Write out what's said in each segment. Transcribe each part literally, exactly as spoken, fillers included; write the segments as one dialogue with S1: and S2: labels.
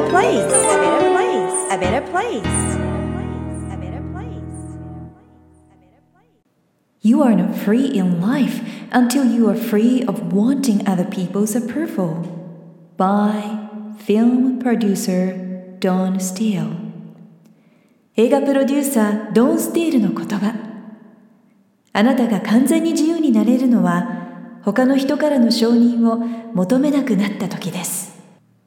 S1: place, a better place, a better place.
S2: You are not free in life until you are free of wanting other people's approval. By film producer Don Steele。 映画プロデューサードン・スティールの言葉。あなたが完全に自由になれるのは他の人からの承認を求めなくなった時です。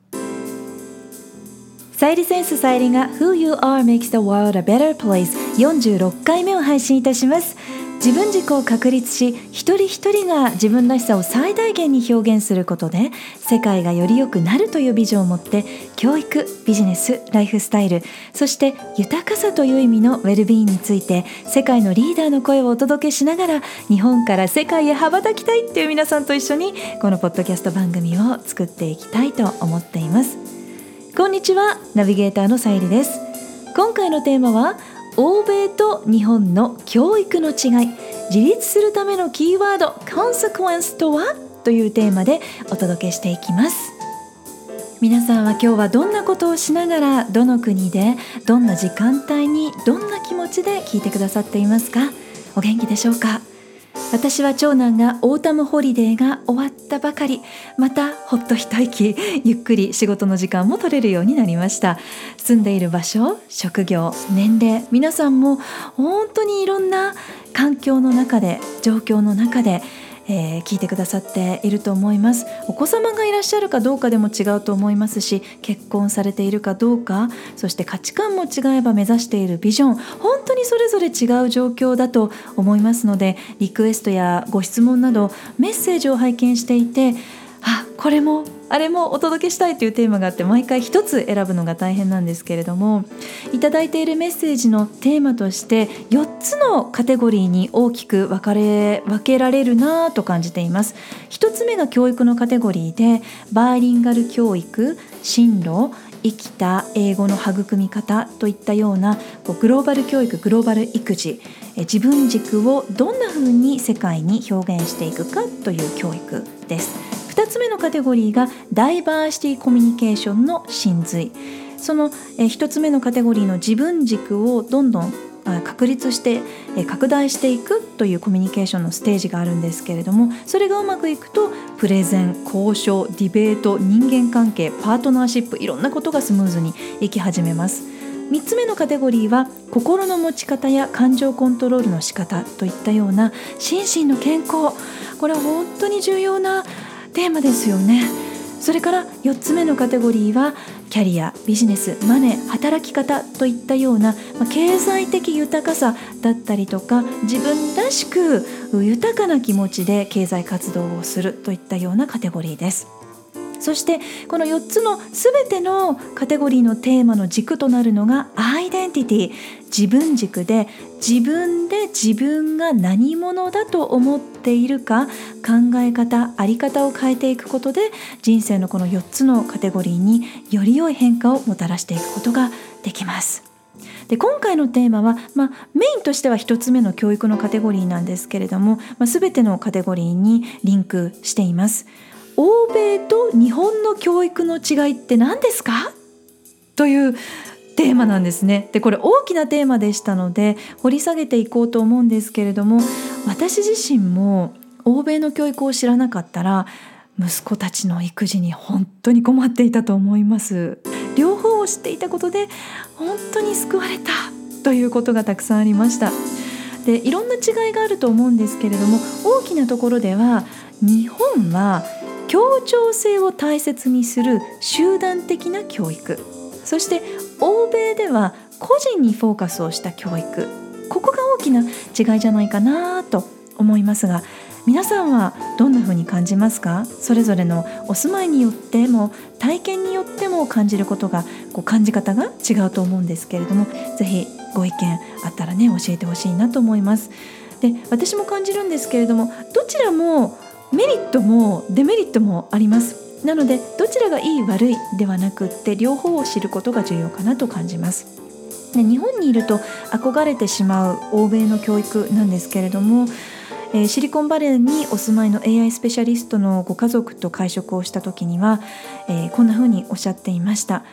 S2: さゆりセンスさゆりが Who You Are Makes the World a Better Place よんじゅうろっかいめを配信いたします。自分軸を確立し、一人一人が自分らしさを最大限に表現することで世界がより良くなるというビジョンを持って、教育、ビジネス、ライフスタイル、そして豊かさという意味のウェルビーインについて世界のリーダーの声をお届けしながら、日本から世界へ羽ばたきたいっていう皆さんと一緒にこのポッドキャスト番組を作っていきたいと思っています。こんにちは、ナビゲーターのさゆりです。今回のテーマは欧米と日本の教育の違い、自立するためのキーワード Consequence とはというテーマでお届けしていきます。皆さんは今日はどんなことをしながら、どの国でどんな時間帯にどんな気持ちで聞いてくださっていますか？お元気でしょうか？私は長男がオータムホリデーが終わったばかり、またほっと一息、ゆっくり仕事の時間も取れるようになりました。住んでいる場所、職業、年齢、皆さんも本当にいろんな環境の中で、状況の中で、えー、聞いてくださっていると思います。お子様がいらっしゃるかどうかでも違うと思いますし、結婚されているかどうか、そして価値観も違えば目指しているビジョン、本当にそれぞれ違う状況だと思いますので、リクエストやご質問などメッセージを拝見していて、あ、これもあれもお届けしたいというテーマがあって、毎回一つ選ぶのが大変なんですけれども、いただいているメッセージのテーマとしてよっつのカテゴリーに大きく分かれ分けられるなと感じています。一つ目が教育のカテゴリーで、バイリンガル教育、進路、生きた英語の育み方といったようなグローバル教育、グローバル育児、自分軸をどんな風に世界に表現していくかという教育です。ふたつめのカテゴリーがダイバーシティコミュニケーションの真髄。そのひとつめのカテゴリーの自分軸をどんどん確立して拡大していくというコミュニケーションのステージがあるんですけれども、それがうまくいくとプレゼン、交渉、ディベート、人間関係、パートナーシップ、いろんなことがスムーズにいき始めます。みっつめのカテゴリーは心の持ち方や感情コントロールの仕方といったような心身の健康、これは本当に重要なテーマですよね。それからよっつめのカテゴリーはキャリア、ビジネス、マネー、働き方といったような、まあ、経済的豊かさだったりとか、自分らしく豊かな気持ちで経済活動をするといったようなカテゴリーです。そしてこのよっつのすべてのカテゴリーのテーマの軸となるのがアイデンティティ、自分軸で、自分で自分が何者だと思っているか、考え方、あり方を変えていくことで、人生のこのよっつのカテゴリーにより良い変化をもたらしていくことができます。で、今回のテーマは、まあ、メインとしてはひとつめの教育のカテゴリーなんですけれども、まあ、全てのカテゴリーにリンクしています。欧米と日本の教育の違いって何ですか？というテーマなんですね。で、これ大きなテーマでしたので掘り下げていこうと思うんですけれども、私自身も欧米の教育を知らなかったら息子たちの育児に本当に困っていたと思います。両方を知っていたことで本当に救われたということがたくさんありました。で、いろんな違いがあると思うんですけれども、大きなところでは日本は協調性を大切にする集団的な教育、そして欧米では個人にフォーカスをした教育、ここが大きな違いじゃないかなと思いますが、皆さんはどんな風に感じますか？それぞれのお住まいによっても体験によっても感じることが、こう感じ方が違うと思うんですけれども、ぜひご意見あったらね、教えてほしいなと思います。で、私も感じるんですけれども、どちらもメリットもデメリットもあります。なのでどちらがいい悪いではなくって、両方を知ることが重要かなと感じます。で、日本にいると憧れてしまう欧米の教育なんですけれども、えー、シリコンバレーにお住まいの エーアイ スペシャリストのご家族と会食をした時には、えー、こんな風におっしゃっていました。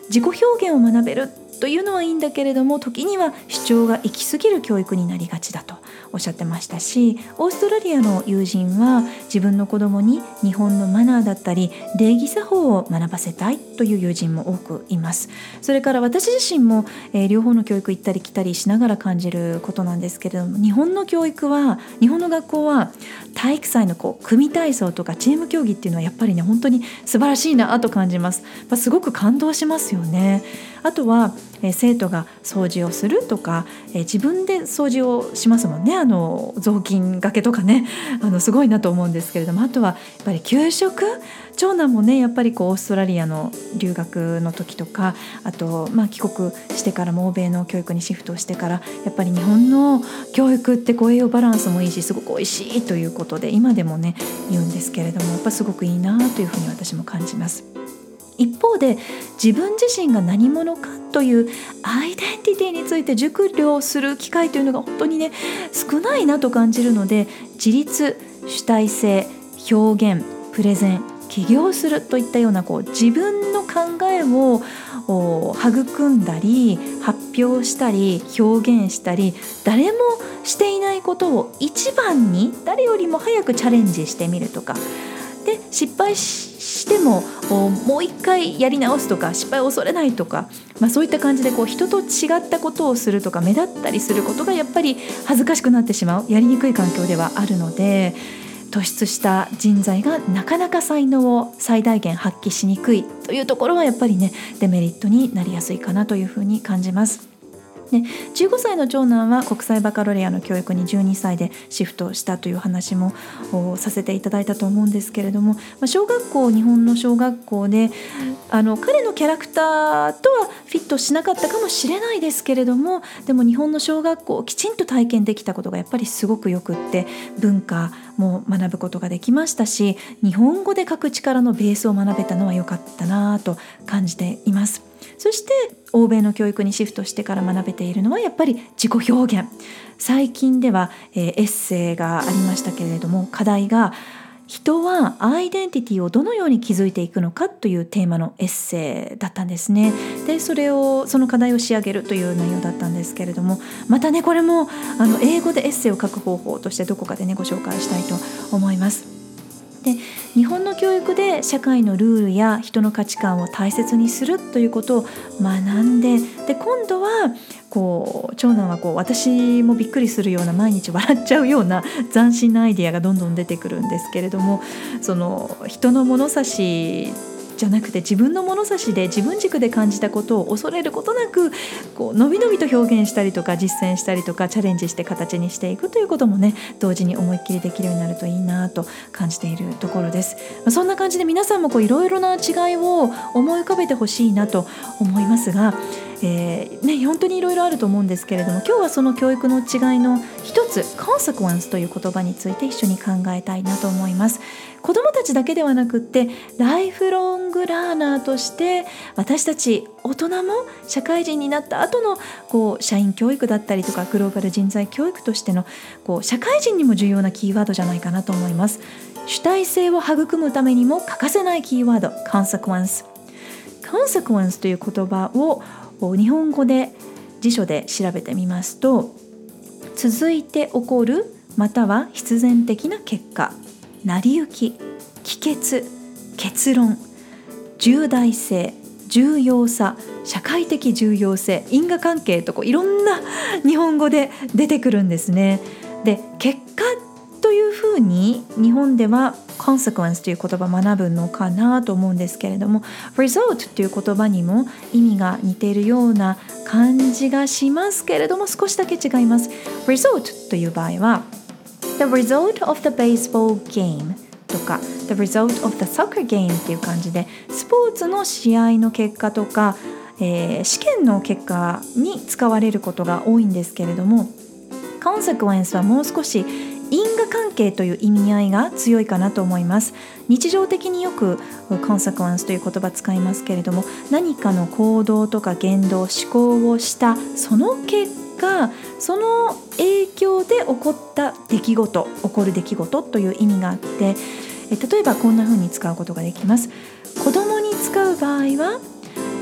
S2: 自己表現を学べるというのはいいんだけれども、時には主張が行き過ぎる教育になりがちだとおっしゃってましたし、オーストラリアの友人は自分の子供に日本のマナーだったり礼儀作法を学ばせたいという友人も多くいます。それから私自身も、えー、両方の教育行ったり来たりしながら感じることなんですけれども、日本の教育は日本の学校は体育祭のこう組体操とかチーム競技っていうのはやっぱりね本当に素晴らしいなと感じます。まあ、すごく感動しますよね。あとは、えー、生徒が掃除をするとか、えー、自分で掃除をしますもんね。あの雑巾がけとかね、あのすごいなと思うんですけれども、あとはやっぱり給食、長男もねやっぱりこうオーストラリアの留学の時とか、あと、まあ、帰国してからも欧米の教育にシフトしてから、やっぱり日本の教育ってこう栄養バランスもいいしすごくおいしいということで今でもね言うんですけれども、やっぱすごくいいなというふうに私も感じます。一方で自分自身が何者かというアイデンティティについて熟慮する機会というのが本当にね少ないなと感じるので、自立、主体性、表現、プレゼン、起業するといったようなこう自分の考えを育んだり発表したり表現したり、誰もしていないことを一番に誰よりも早くチャレンジしてみるとかで、失敗してももう一回やり直すとか、失敗を恐れないとか、まあ、そういった感じでこう人と違ったことをするとか目立ったりすることがやっぱり恥ずかしくなってしまう、やりにくい環境ではあるので、突出した人材がなかなか才能を最大限発揮しにくいというところはやっぱりねデメリットになりやすいかなというふうに感じます。でじゅうごさいの長男は国際バカロレアの教育にじゅうにさいでシフトしたという話もさせていただいたと思うんですけれども、小学校日本の小学校であの彼のキャラクターとはフィットしなかったかもしれないですけれども、でも日本の小学校をきちんと体験できたことがやっぱりすごくよくって、文化も学ぶことができましたし、日本語で書く力のベースを学べたのは良かったなと感じています。そして欧米の教育にシフトしてから学べているのはやっぱり自己表現。最近では、えー、エッセイがありましたけれども、課題が人はアイデンティティをどのように築いていくのかというテーマのエッセイだったんですね。でそれをその課題を仕上げるという内容だったんですけれども、またねこれもあの英語でエッセイを書く方法としてどこかでねご紹介したいと思います。で日本の教育で社会のルールや人の価値観を大切にするということを学んで、で今度はこう長男はこう私もびっくりするような、毎日笑っちゃうような斬新なアイデアがどんどん出てくるんですけれども、その人の物差しじゃなくて自分の物差しで自分軸で感じたことを恐れることなくこうのびのびと表現したりとか実践したりとかチャレンジして形にしていくということもね同時に思いっきりできるようになるといいなと感じているところです。そんな感じで皆さんもいろいろな違いを思い浮かべてほしいなと思いますが、えーね、本当にいろいろあると思うんですけれども、今日はその教育の違いの一つ consequence という言葉について一緒に考えたいなと思います。子どもたちだけではなくってライフロングラーナーとして私たち大人も社会人になった後のこう社員教育だったりとかグローバル人材教育としてのこう社会人にも重要なキーワードじゃないかなと思います。主体性を育むためにも欠かせないキーワード consequence。 consequence という言葉を日本語で辞書で調べてみますと、続いて起こるまたは必然的な結果、成り行き、帰結、結論、重大性、重要さ、社会的重要性、因果関係とこういろんな日本語で出てくるんですね。で、結果というふうに日本では consequence という言葉を学ぶのかなと思うんですけれども、 result という言葉にも意味が似ているような感じがしますけれども少しだけ違います。 result という場合は the result of the baseball game とか the result of the soccer game っていう感じでスポーツの試合の結果とか、えー、試験の結果に使われることが多いんですけれども、 consequence はもう少し因果関係という意味合いが強いかなと思います。日常的によく consequence という言葉使いますけれども、何かの行動とか言動、思考をしたその結果、その影響で起こった出来事、起こる出来事という意味があって、例えばこんな風に使うことができます。子供に使う場合は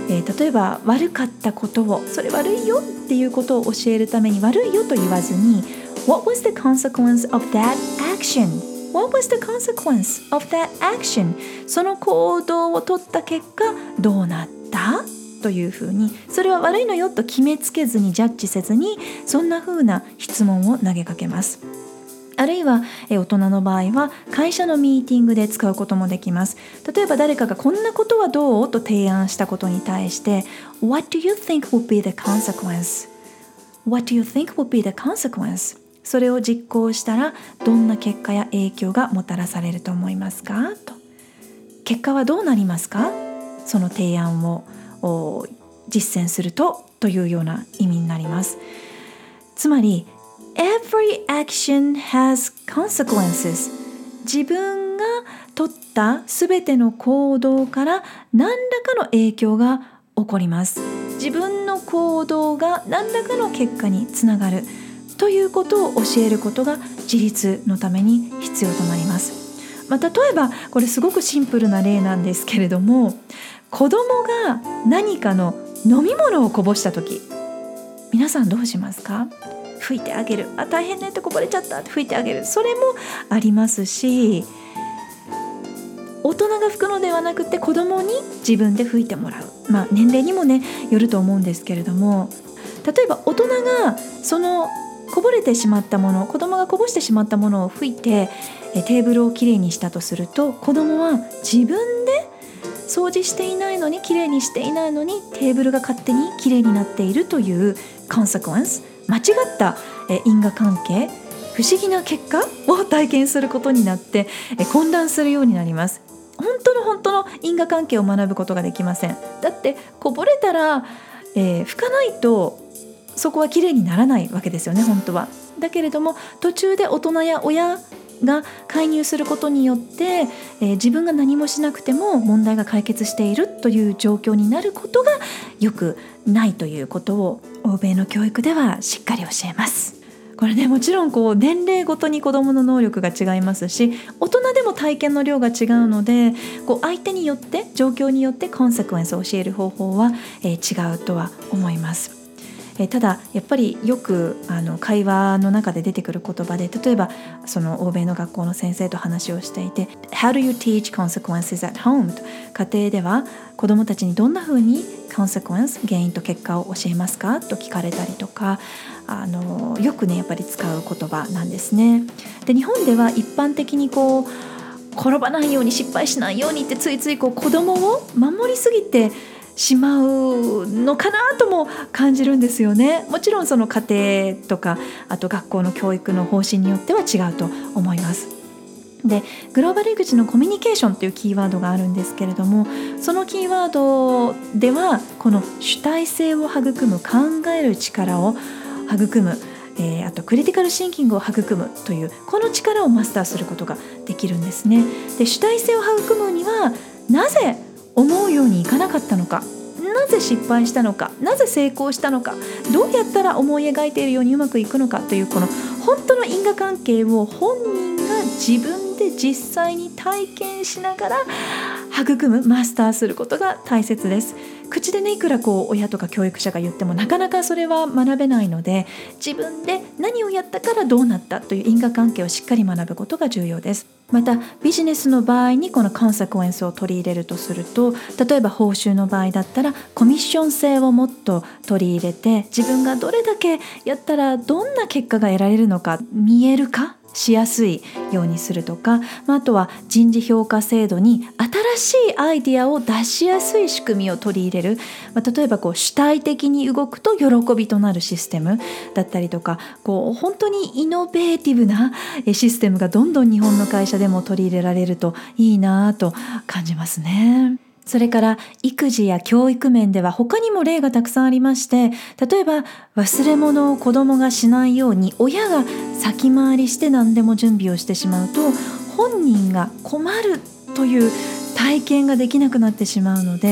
S2: えー、例えば悪かったことを、それ悪いよっていうことを教えるために悪いよと言わずに What was the consequence of that action?What was the consequence of that action? その行動を取った結果どうなったというふうに、それは悪いのよと決めつけずにジャッジせずに、そんなふうな質問を投げかけます。あるいは大人の場合は会社のミーティングで使うこともできます。例えば誰かがこんなことはどうと提案したことに対して What do you think would be the consequence? What do you think would be the consequence?それを実行したらどんな結果や影響がもたらされると思いますかと。結果はどうなりますか、その提案を実践するとというような意味になります。つまり Every action has consequences。 自分が取ったすべての行動から何らかの影響が起こります。自分の行動が何らかの結果につながるということを教えることが自立のために必要となります。まあ、例えばこれすごくシンプルな例なんですけれども、子供が何かの飲み物をこぼしたとき、皆さんどうしますか？拭いてあげる、あ大変ねってこぼれちゃったって拭いてあげる、それもありますし、大人が拭くのではなくて子供に自分で拭いてもらう、まあ、年齢にもねよると思うんですけれども、例えば大人がそのこぼれてしまったもの、子供がこぼしてしまったものを拭いてテーブルをきれいにしたとすると、子供は自分で掃除していないのに、きれいにしていないのにテーブルが勝手にきれいになっているというコンセクエンス、間違った因果関係、不思議な結果を体験することになって混乱するようになります。本当の本当の因果関係を学ぶことができません。だってこぼれたら、えー、拭かないとそこはきれいにならないわけですよね、本当は。だけれども途中で大人や親が介入することによって、えー、自分が何もしなくても問題が解決しているという状況になることがよくないということを欧米の教育ではしっかり教えます。これね、もちろんこう年齢ごとに子どもの能力が違いますし、大人でも体験の量が違うので、こう相手によって状況によってコンセクエンスを教える方法は、えー、違うとは思います。えー、ただやっぱりよくあの会話の中で出てくる言葉で、例えばその欧米の学校の先生と話をしていて How do you teach consequences at home? と、家庭では子どもたちにどんなふうにコンセクエンス、原因と結果を教えますかと聞かれたりとか、あのよくねやっぱり使う言葉なんですね。で、日本では一般的にこう転ばないように、失敗しないようにってついついこう子どもを守りすぎてしまうのかなとも感じるんですよね。もちろんその家庭とかあと学校の教育の方針によっては違うと思います。で、グローバル育児のコミュニケーションというキーワードがあるんですけれども、そのキーワードではこの主体性を育む、考える力を育む、えー、あとクリティカルシンキングを育むというこの力をマスターすることができるんですね。で、主体性を育むにはなぜ思うようにいかなかったのか、なぜ失敗したのか、なぜ成功したのか、どうやったら思い描いているようにうまくいくのかというこの本当の因果関係を本人が自分で実際に体験しながら育む、マスターすることが大切です。口でね、いくらこう親とか教育者が言ってもなかなかそれは学べないので、自分で何をやったからどうなったという因果関係をしっかり学ぶことが重要です。またビジネスの場合にこのコンセクエンスを取り入れるとすると、例えば報酬の場合だったらコミッション制をもっと取り入れて、自分がどれだけやったらどんな結果が得られるのか見える化しやすいようにするとか、あとは人事評価制度に新しいアイディアを出しやすい仕組みを取り入れる、まあ、例えばこう主体的に動くと喜びとなるシステムだったりとか、こう本当にイノベーティブなシステムがどんどん日本の会社でも取り入れられるといいなと感じますね。それから育児や教育面では他にも例がたくさんありまして、例えば忘れ物を子供がしないように親が先回りして何でも準備をしてしまうと、本人が困るという体験ができなくなってしまうので、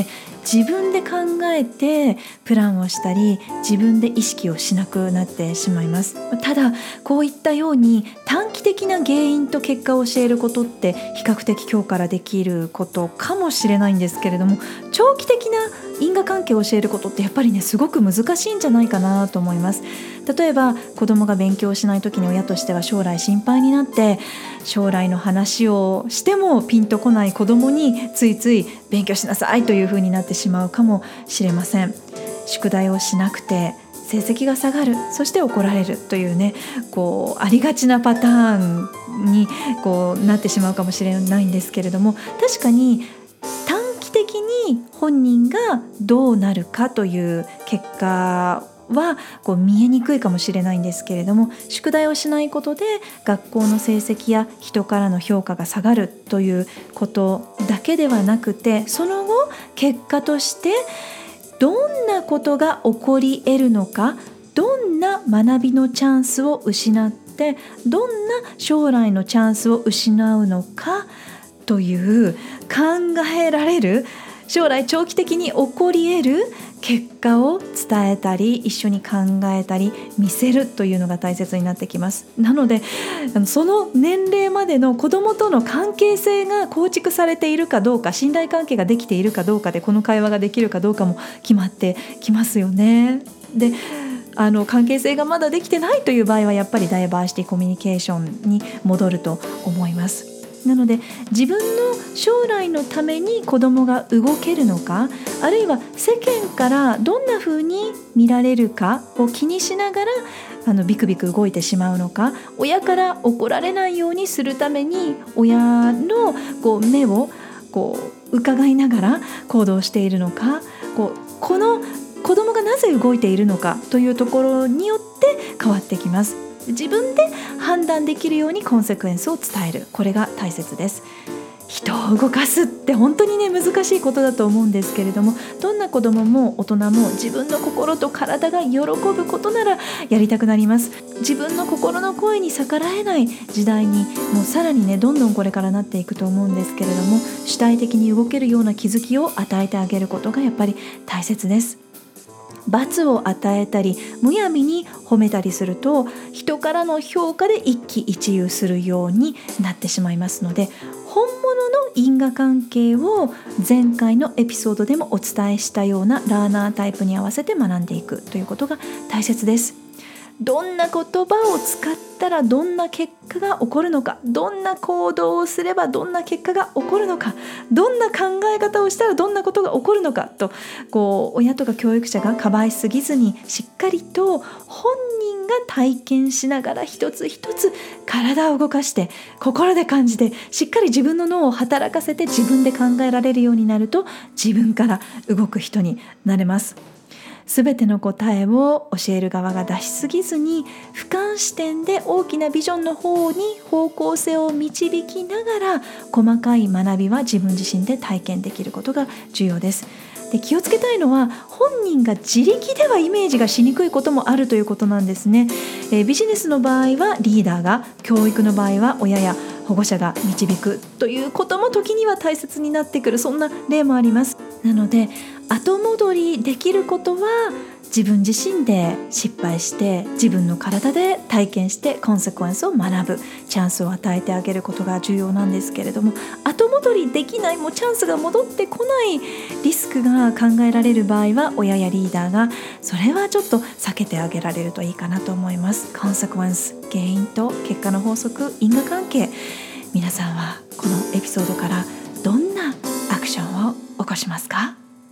S2: 自分で考えてプランをしたり自分で意識をしなくなってしまいます。ただこういったように短期的な原因と結果を教えることって比較的今日からできることかもしれないんですけれども、長期的な因果関係を教えることってやっぱりねすごく難しいんじゃないかなと思います。例えば子供が勉強しない時に親としては将来心配になって将来の話をしてもピンとこない子供についつい勉強しなさいという風になってしまうかもしれません。宿題をしなくて成績が下がる、そして怒られるというねこうありがちなパターンにこうなってしまうかもしれないんですけれども、確かに短期的に本人がどうなるかという結果はこう見えにくいかもしれないんですけれども、宿題をしないことで学校の成績や人からの評価が下がるということだけではなくて、その後結果としてどんなことが起こり得るのか、どんな学びのチャンスを失ってどんな将来のチャンスを失うのかという考えられる、将来長期的に起こり得る結果を伝えたり一緒に考えたり見せるというのが大切になってきます。なのでその年齢までの子どもとの関係性が構築されているかどうか、信頼関係ができているかどうかでこの会話ができるかどうかも決まってきますよね。であの関係性がまだできてないという場合はやっぱりダイバーシティコミュニケーションに戻ると思います。なので自分の将来のために子供が動けるのか、あるいは世間からどんな風に見られるかを気にしながらあのビクビク動いてしまうのか、親から怒られないようにするために親のこう目をこう伺いながら行動しているのか、こうこの子供がなぜ動いているのかというところによって変わってきます。自分で判断できるようにコンセクエンスを伝える、これが大切です。人を動かすって本当にね難しいことだと思うんですけれども、どんな子供も大人も自分の心と体が喜ぶことならやりたくなります。自分の心の声に逆らえない時代にもうさらにねどんどんこれからなっていくと思うんですけれども、主体的に動けるような気づきを与えてあげることがやっぱり大切です。罰を与えたりむやみに褒めたりすると人からの評価で一喜一憂するようになってしまいますので、本物の因果関係を前回のエピソードでもお伝えしたようなラーナータイプに合わせて学んでいくということが大切です。どんな言葉を使ったらどんな結果が起こるのか、どんな行動をすればどんな結果が起こるのか、どんな考え方をしたらどんなことが起こるのかと、こう親とか教育者がかばいすぎずにしっかりと本人が体験しながら一つ一つ体を動かして心で感じてしっかり自分の脳を働かせて自分で考えられるようになると自分から動く人になれます。すべての答えを教える側が出しすぎずに俯瞰視点で大きなビジョンの方に方向性を導きながら細かい学びは自分自身で体験できることが重要です。で、気をつけたいのは本人が自力ではイメージがしにくいこともあるということなんですね。えー、ビジネスの場合はリーダーが、教育の場合は親や保護者が導くということも時には大切になってくる、そんな例もあります。なので後戻りできることは自分自身で失敗して自分の体で体験してコンセクエンスを学ぶチャンスを与えてあげることが重要なんですけれども、後戻りできない、もうチャンスが戻ってこないリスクが考えられる場合は親やリーダーがそれはちょっと避けてあげられるといいかなと思います。コンセクエンス、原因と結果の法則、因果関係、皆さんはこのエピソードからどんなアクションを起こしますか？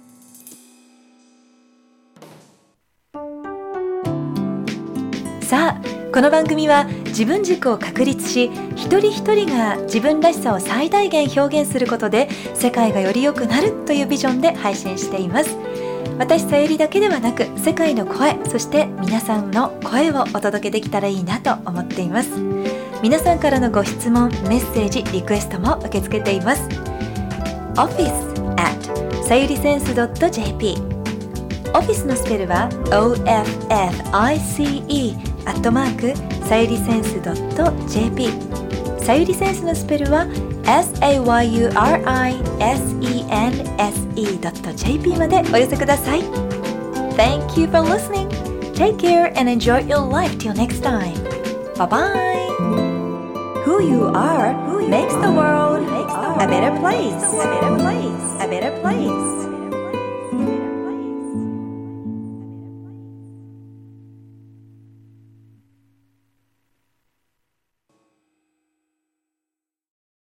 S2: さあ、この番組は自分軸を確立し、一人一人が自分らしさを最大限表現することで世界がより良くなるというビジョンで配信しています。私さゆりだけではなく世界の声、そして皆さんの声をお届けできたらいいなと思っています。皆さんからのご質問、メッセージ、リクエストも受け付けています。 オフィス アット さゆりセンス ドット ジェーピー オフィスのスペルは オーエフエフアイシーイー アットマークさゆりセンス ドット ジェーピーさゆりセンスのスペルは エス エー ワイ ユー アール アイ エス イー エヌ エス イー ドット ジェーピー までお寄せください。 Thank you for listening. Take care and enjoy your life till next time. Bye bye.
S1: Who you are makes the world a better place. A better place. A better place.